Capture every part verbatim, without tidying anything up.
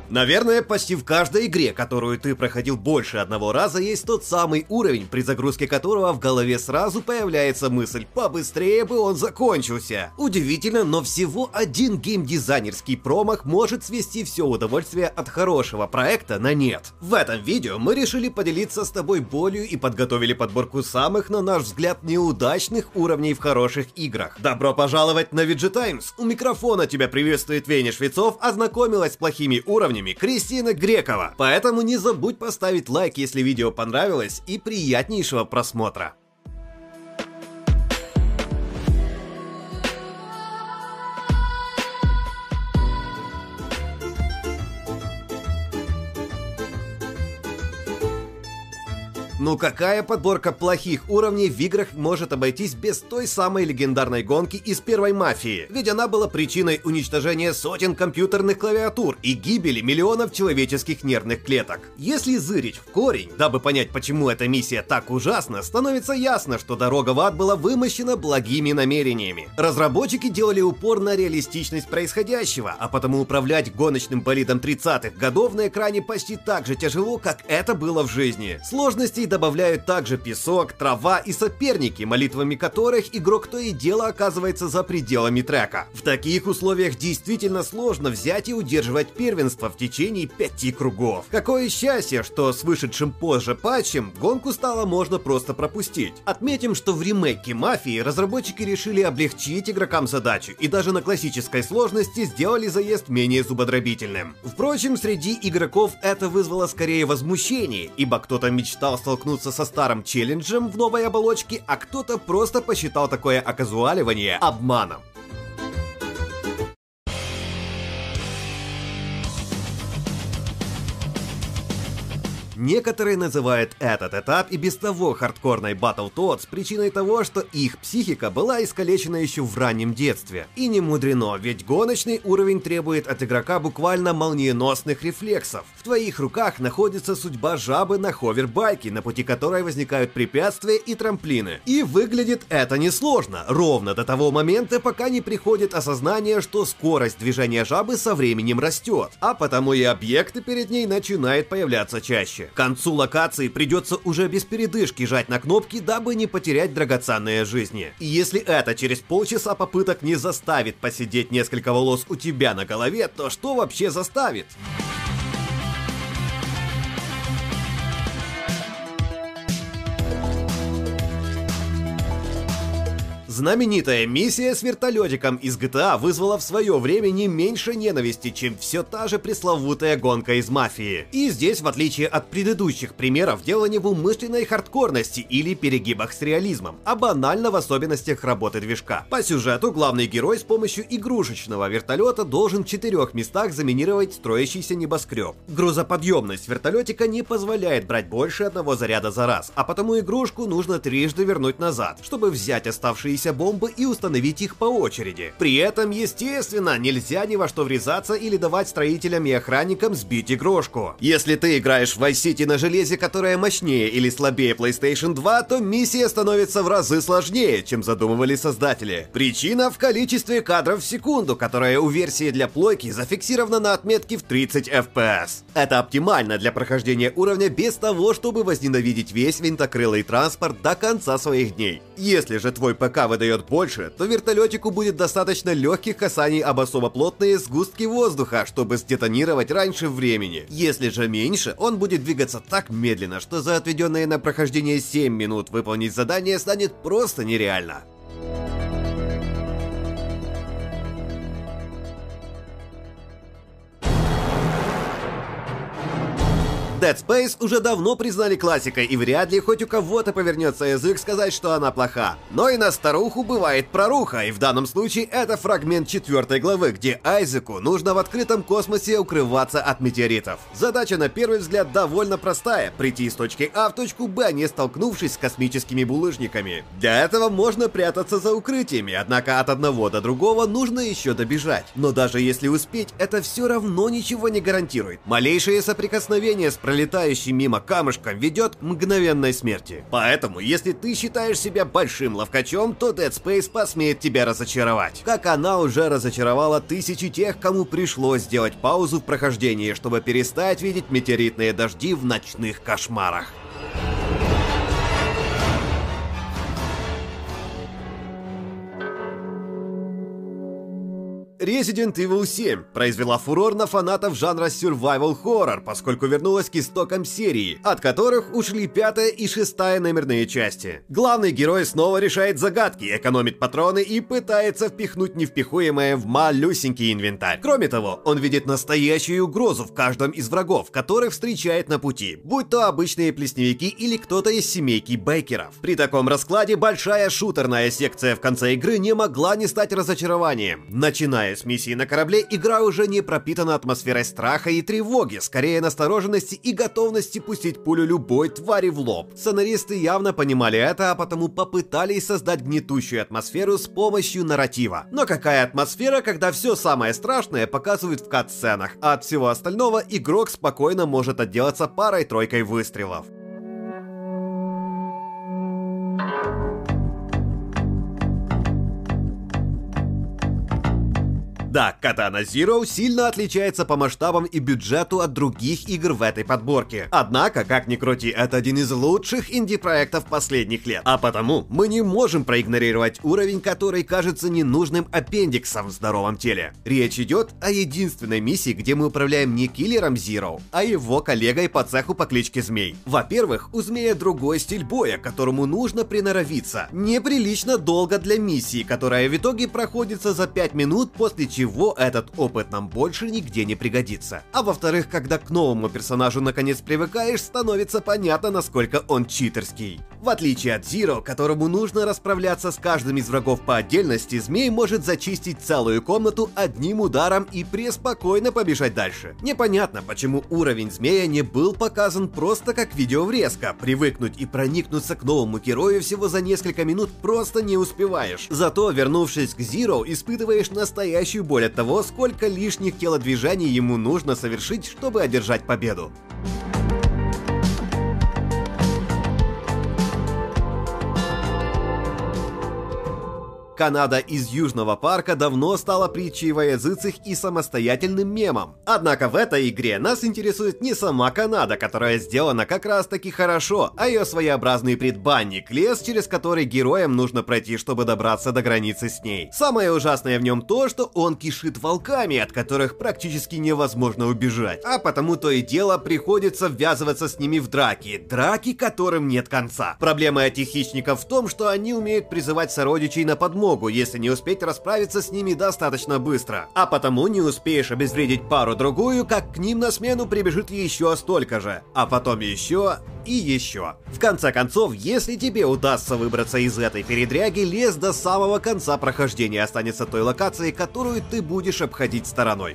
Наверное, почти в каждой игре, которую ты проходил больше одного раза, есть тот самый уровень, при загрузке которого в голове сразу появляется мысль «побыстрее бы он закончился». Удивительно, но всего один геймдизайнерский промах может свести все удовольствие от хорошего проекта на нет. В этом видео мы решили поделиться с тобой болью и подготовили подборку самых, на наш взгляд, неудачных уровней в хороших играх. Добро пожаловать на ви джи Times! У микрофона тебя приветствует Веня Швецов, ознакомилась с плохими уровнями Кристина Грекова. Поэтому не забудь поставить лайк, если видео понравилось, и приятнейшего просмотра. Ну какая подборка плохих уровней в играх может обойтись без той самой легендарной гонки из первой Мафии? Ведь она была причиной уничтожения сотен компьютерных клавиатур и гибели миллионов человеческих нервных клеток. Если зырить в корень, дабы понять, почему эта миссия так ужасна, становится ясно, что дорога в ад была вымощена благими намерениями. Разработчики делали упор на реалистичность происходящего, а потому управлять гоночным болидом тридцатых годов на экране почти так же тяжело, как это было в жизни. Сложностей добавляют также песок, трава и соперники, молитвами которых игрок то и дело оказывается за пределами трека. В таких условиях действительно сложно взять и удерживать первенство в течение пяти кругов. Какое счастье, что с вышедшим позже патчем гонку стало можно просто пропустить. Отметим, что в ремейке Мафии разработчики решили облегчить игрокам задачу и даже на классической сложности сделали заезд менее зубодробительным. Впрочем, среди игроков это вызвало скорее возмущение, ибо кто-то мечтал столкнуться со старым челленджем в новой оболочке, а кто-то просто посчитал такое оказуаливание обманом. Некоторые называют этот этап и без того хардкорной Battletoads причиной того, что их психика была искалечена еще в раннем детстве. И не мудрено, ведь гоночный уровень требует от игрока буквально молниеносных рефлексов. В твоих руках находится судьба жабы на ховербайке, на пути которой возникают препятствия и трамплины. И выглядит это несложно, ровно до того момента, пока не приходит осознание, что скорость движения жабы со временем растет, а потому и объекты перед ней начинают появляться чаще. К концу локации придется уже без передышки жать на кнопки, дабы не потерять драгоценные жизни. И если это через полчаса попыток не заставит посидеть несколько волос у тебя на голове, то что вообще заставит? Знаменитая миссия с вертолетиком из джи ти эй вызвала в свое время не меньше ненависти, чем все та же пресловутая гонка из Мафии. И здесь, в отличие от предыдущих примеров, дело не в умышленной хардкорности или перегибах с реализмом, а банально в особенностях работы движка. По сюжету главный герой с помощью игрушечного вертолета должен в четырех местах заминировать строящийся небоскреб. Грузоподъемность вертолетика не позволяет брать больше одного заряда за раз, а потому игрушку нужно трижды вернуть назад, чтобы взять оставшиеся бомбы и установить их по очереди. При этом, естественно, нельзя ни во что врезаться или давать строителям и охранникам сбить игрушку. Если ты играешь в Vice City на железе, которое мощнее или слабее PlayStation два, то миссия становится в разы сложнее, чем задумывали создатели. Причина в количестве кадров в секунду, которое у версии для плойки зафиксировано на отметке в тридцать эф пи эс. Это оптимально для прохождения уровня без того, чтобы возненавидеть весь винтокрылый транспорт до конца своих дней. Если же твой ПК выдает больше, то вертолетику будет достаточно легких касаний об особо плотные сгустки воздуха, чтобы сдетонировать раньше времени. Если же меньше, он будет двигаться так медленно, что за отведенные на прохождение семь минут выполнить задание станет просто нереально. Dead Space уже давно признали классикой, и вряд ли хоть у кого-то повернется язык сказать, что она плоха. Но и на старуху бывает проруха, и в данном случае это фрагмент четвертой главы, где Айзеку нужно в открытом космосе укрываться от метеоритов. Задача на первый взгляд довольно простая — прийти из точки А в точку Б, не столкнувшись с космическими булыжниками. Для этого можно прятаться за укрытиями, однако от одного до другого нужно еще добежать. Но даже если успеть, это все равно ничего не гарантирует. Малейшее соприкосновение с пролетающий мимо камушком ведет к мгновенной смерти. Поэтому, если ты считаешь себя большим ловкачом, то Dead Space посмеет тебя разочаровать. Как она уже разочаровала тысячи тех, кому пришлось сделать паузу в прохождении, чтобы перестать видеть метеоритные дожди в ночных кошмарах. Resident Evil семь произвела фурор на фанатов жанра survival horror, поскольку вернулась к истокам серии, от которых ушли пятая и шестая номерные части. Главный герой снова решает загадки, экономит патроны и пытается впихнуть невпихуемое в малюсенький инвентарь. Кроме того, он видит настоящую угрозу в каждом из врагов, которых встречает на пути, будь то обычные плесневики или кто-то из семейки Бейкеров. При таком раскладе большая шутерная секция в конце игры не могла не стать разочарованием. Начиная с миссии на корабле, игра уже не пропитана атмосферой страха и тревоги, скорее настороженности и готовности пустить пулю любой твари в лоб. Сценаристы явно понимали это, а потому попытались создать гнетущую атмосферу с помощью нарратива. Но какая атмосфера, когда все самое страшное показывают в кат-сценах, а от всего остального игрок спокойно может отделаться парой-тройкой выстрелов. Да, Katana Zero сильно отличается по масштабам и бюджету от других игр в этой подборке. Однако, как ни крути, это один из лучших инди-проектов последних лет. А потому мы не можем проигнорировать уровень, который кажется ненужным аппендиксом в здоровом теле. Речь идет о единственной миссии, где мы управляем не киллером Zero, а его коллегой по цеху по кличке Змей. Во-первых, у Змея другой стиль боя, к которому нужно приноровиться. Неприлично долго для миссии, которая в итоге проходится за пять минут, после чего чего этот опыт нам больше нигде не пригодится. А во-вторых, когда к новому персонажу наконец привыкаешь, становится понятно, насколько он читерский. В отличие от Zero, которому нужно расправляться с каждым из врагов по отдельности, Змей может зачистить целую комнату одним ударом и преспокойно побежать дальше. Непонятно, почему уровень Змея не был показан просто как видеоврезка. Привыкнуть и проникнуться к новому герою всего за несколько минут просто не успеваешь. Зато, вернувшись к Zero, испытываешь настоящую боль от того, сколько лишних телодвижений ему нужно совершить, чтобы одержать победу. Канада из Южного парка давно стала притчей во языцах и самостоятельным мемом. Однако в этой игре нас интересует не сама Канада, которая сделана как раз таки хорошо, а ее своеобразный предбанник, лес, через который героям нужно пройти, чтобы добраться до границы с ней. Самое ужасное в нем то, что он кишит волками, от которых практически невозможно убежать. А потому то и дело приходится ввязываться с ними в драки, драки которым нет конца. Проблема этих хищников в том, что они умеют призывать сородичей на подмогу, если не успеть расправиться с ними достаточно быстро. А потому не успеешь обезвредить пару-другую, как к ним на смену прибежит еще столько же. А потом еще и еще. В конце концов, если тебе удастся выбраться из этой передряги, лес до самого конца прохождения останется той локацией, которую ты будешь обходить стороной.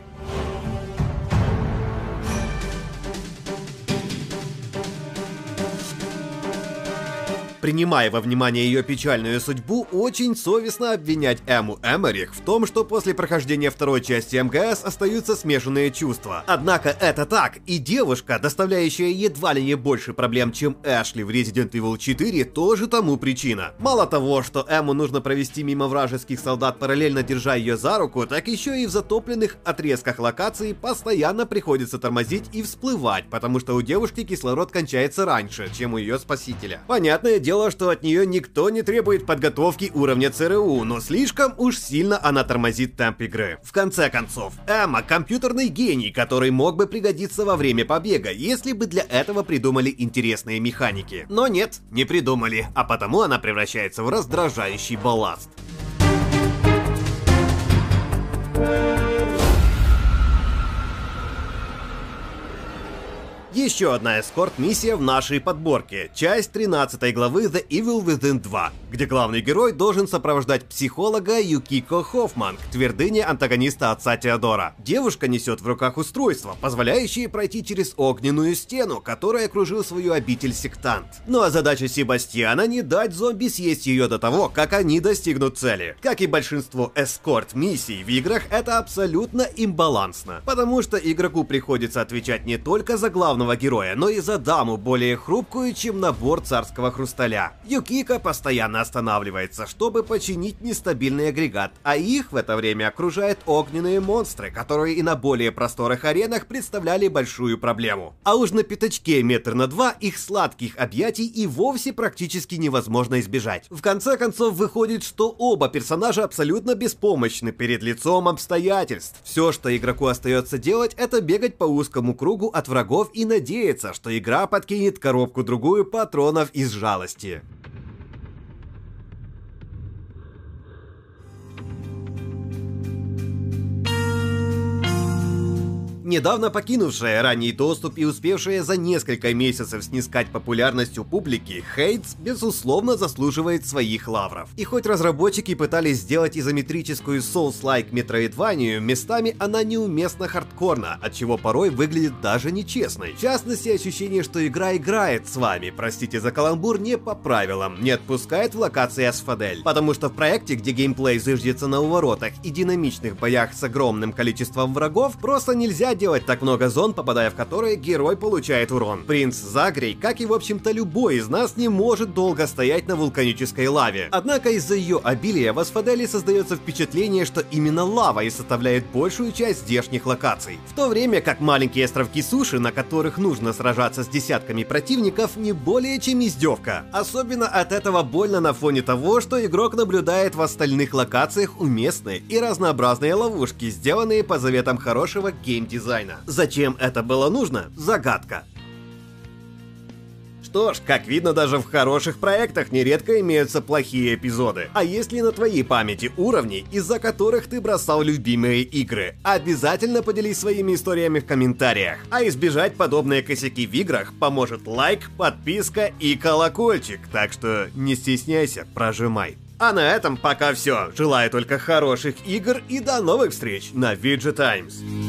Принимая во внимание ее печальную судьбу, очень совестно обвинять Эмму Эмерих в том, что после прохождения второй части эм гэ эс остаются смешанные чувства. Однако это так, и девушка, доставляющая едва ли не больше проблем, чем Эшли в Resident Evil четыре, тоже тому причина. Мало того, что Эмму нужно провести мимо вражеских солдат, параллельно держа ее за руку, так еще и в затопленных отрезках локации постоянно приходится тормозить и всплывать, потому что у девушки кислород кончается раньше, чем у ее спасителя. Понятное дело, что от нее никто не требует подготовки уровня цэ эр у, но слишком уж сильно она тормозит темп игры. В конце концов, Эмма — компьютерный гений, который мог бы пригодиться во время побега, если бы для этого придумали интересные механики. Но нет, не придумали, а потому она превращается в раздражающий балласт. Еще одна эскорт-миссия в нашей подборке, часть тринадцатой главы The Evil Within два, где главный герой должен сопровождать психолога Юкико Хоффман к твердыне антагониста отца Теодора. Девушка несет в руках устройство, позволяющее пройти через огненную стену, которая окружил свою обитель сектант. Ну а задача Себастьяна — не дать зомби съесть ее до того, как они достигнут цели. Как и большинство эскорт-миссий в играх, это абсолютно имбалансно, потому что игроку приходится отвечать не только за главного главного героя, но и за даму более хрупкую, чем набор царского хрусталя. Юкика постоянно останавливается, чтобы починить нестабильный агрегат, а их в это время окружают огненные монстры, которые и на более просторных аренах представляли большую проблему. А уж на пятачке метр на два их сладких объятий и вовсе практически невозможно избежать. В конце концов выходит, что оба персонажа абсолютно беспомощны перед лицом обстоятельств. Все, что игроку остается делать, это бегать по узкому кругу от врагов и надеяться, что игра подкинет коробку-другую патронов из жалости. Недавно покинувшая ранний доступ и успевшая за несколько месяцев снискать популярность у публики, Hades безусловно заслуживает своих лавров. И хоть разработчики пытались сделать изометрическую Souls-like метроидванию, местами она неуместно хардкорна, отчего порой выглядит даже нечестной. В частности, ощущение, что игра играет с вами, простите за каламбур, не по правилам, не отпускает в локации Асфадель. Потому что в проекте, где геймплей зыждется на уворотах и динамичных боях с огромным количеством врагов, просто нельзя делать так много зон, попадая в которые герой получает урон. Принц Загрей, как и в общем-то любой из нас, не может долго стоять на вулканической лаве. Однако из-за ее обилия в Асфадели создается впечатление, что именно лава и составляет большую часть здешних локаций. В то время как маленькие островки суши, на которых нужно сражаться с десятками противников, не более чем издевка. Особенно от этого больно на фоне того, что игрок наблюдает в остальных локациях уместные и разнообразные ловушки, сделанные по заветам хорошего геймдизайна. Зачем это было нужно? Загадка. Что ж, как видно, даже в хороших проектах нередко имеются плохие эпизоды. А есть ли на твоей памяти уровни, из-за которых ты бросал любимые игры? Обязательно поделись своими историями в комментариях. А избежать подобные косяки в играх поможет лайк, подписка и колокольчик. Так что не стесняйся, прожимай. А на этом пока все. Желаю только хороших игр и до новых встреч на ви джи Times.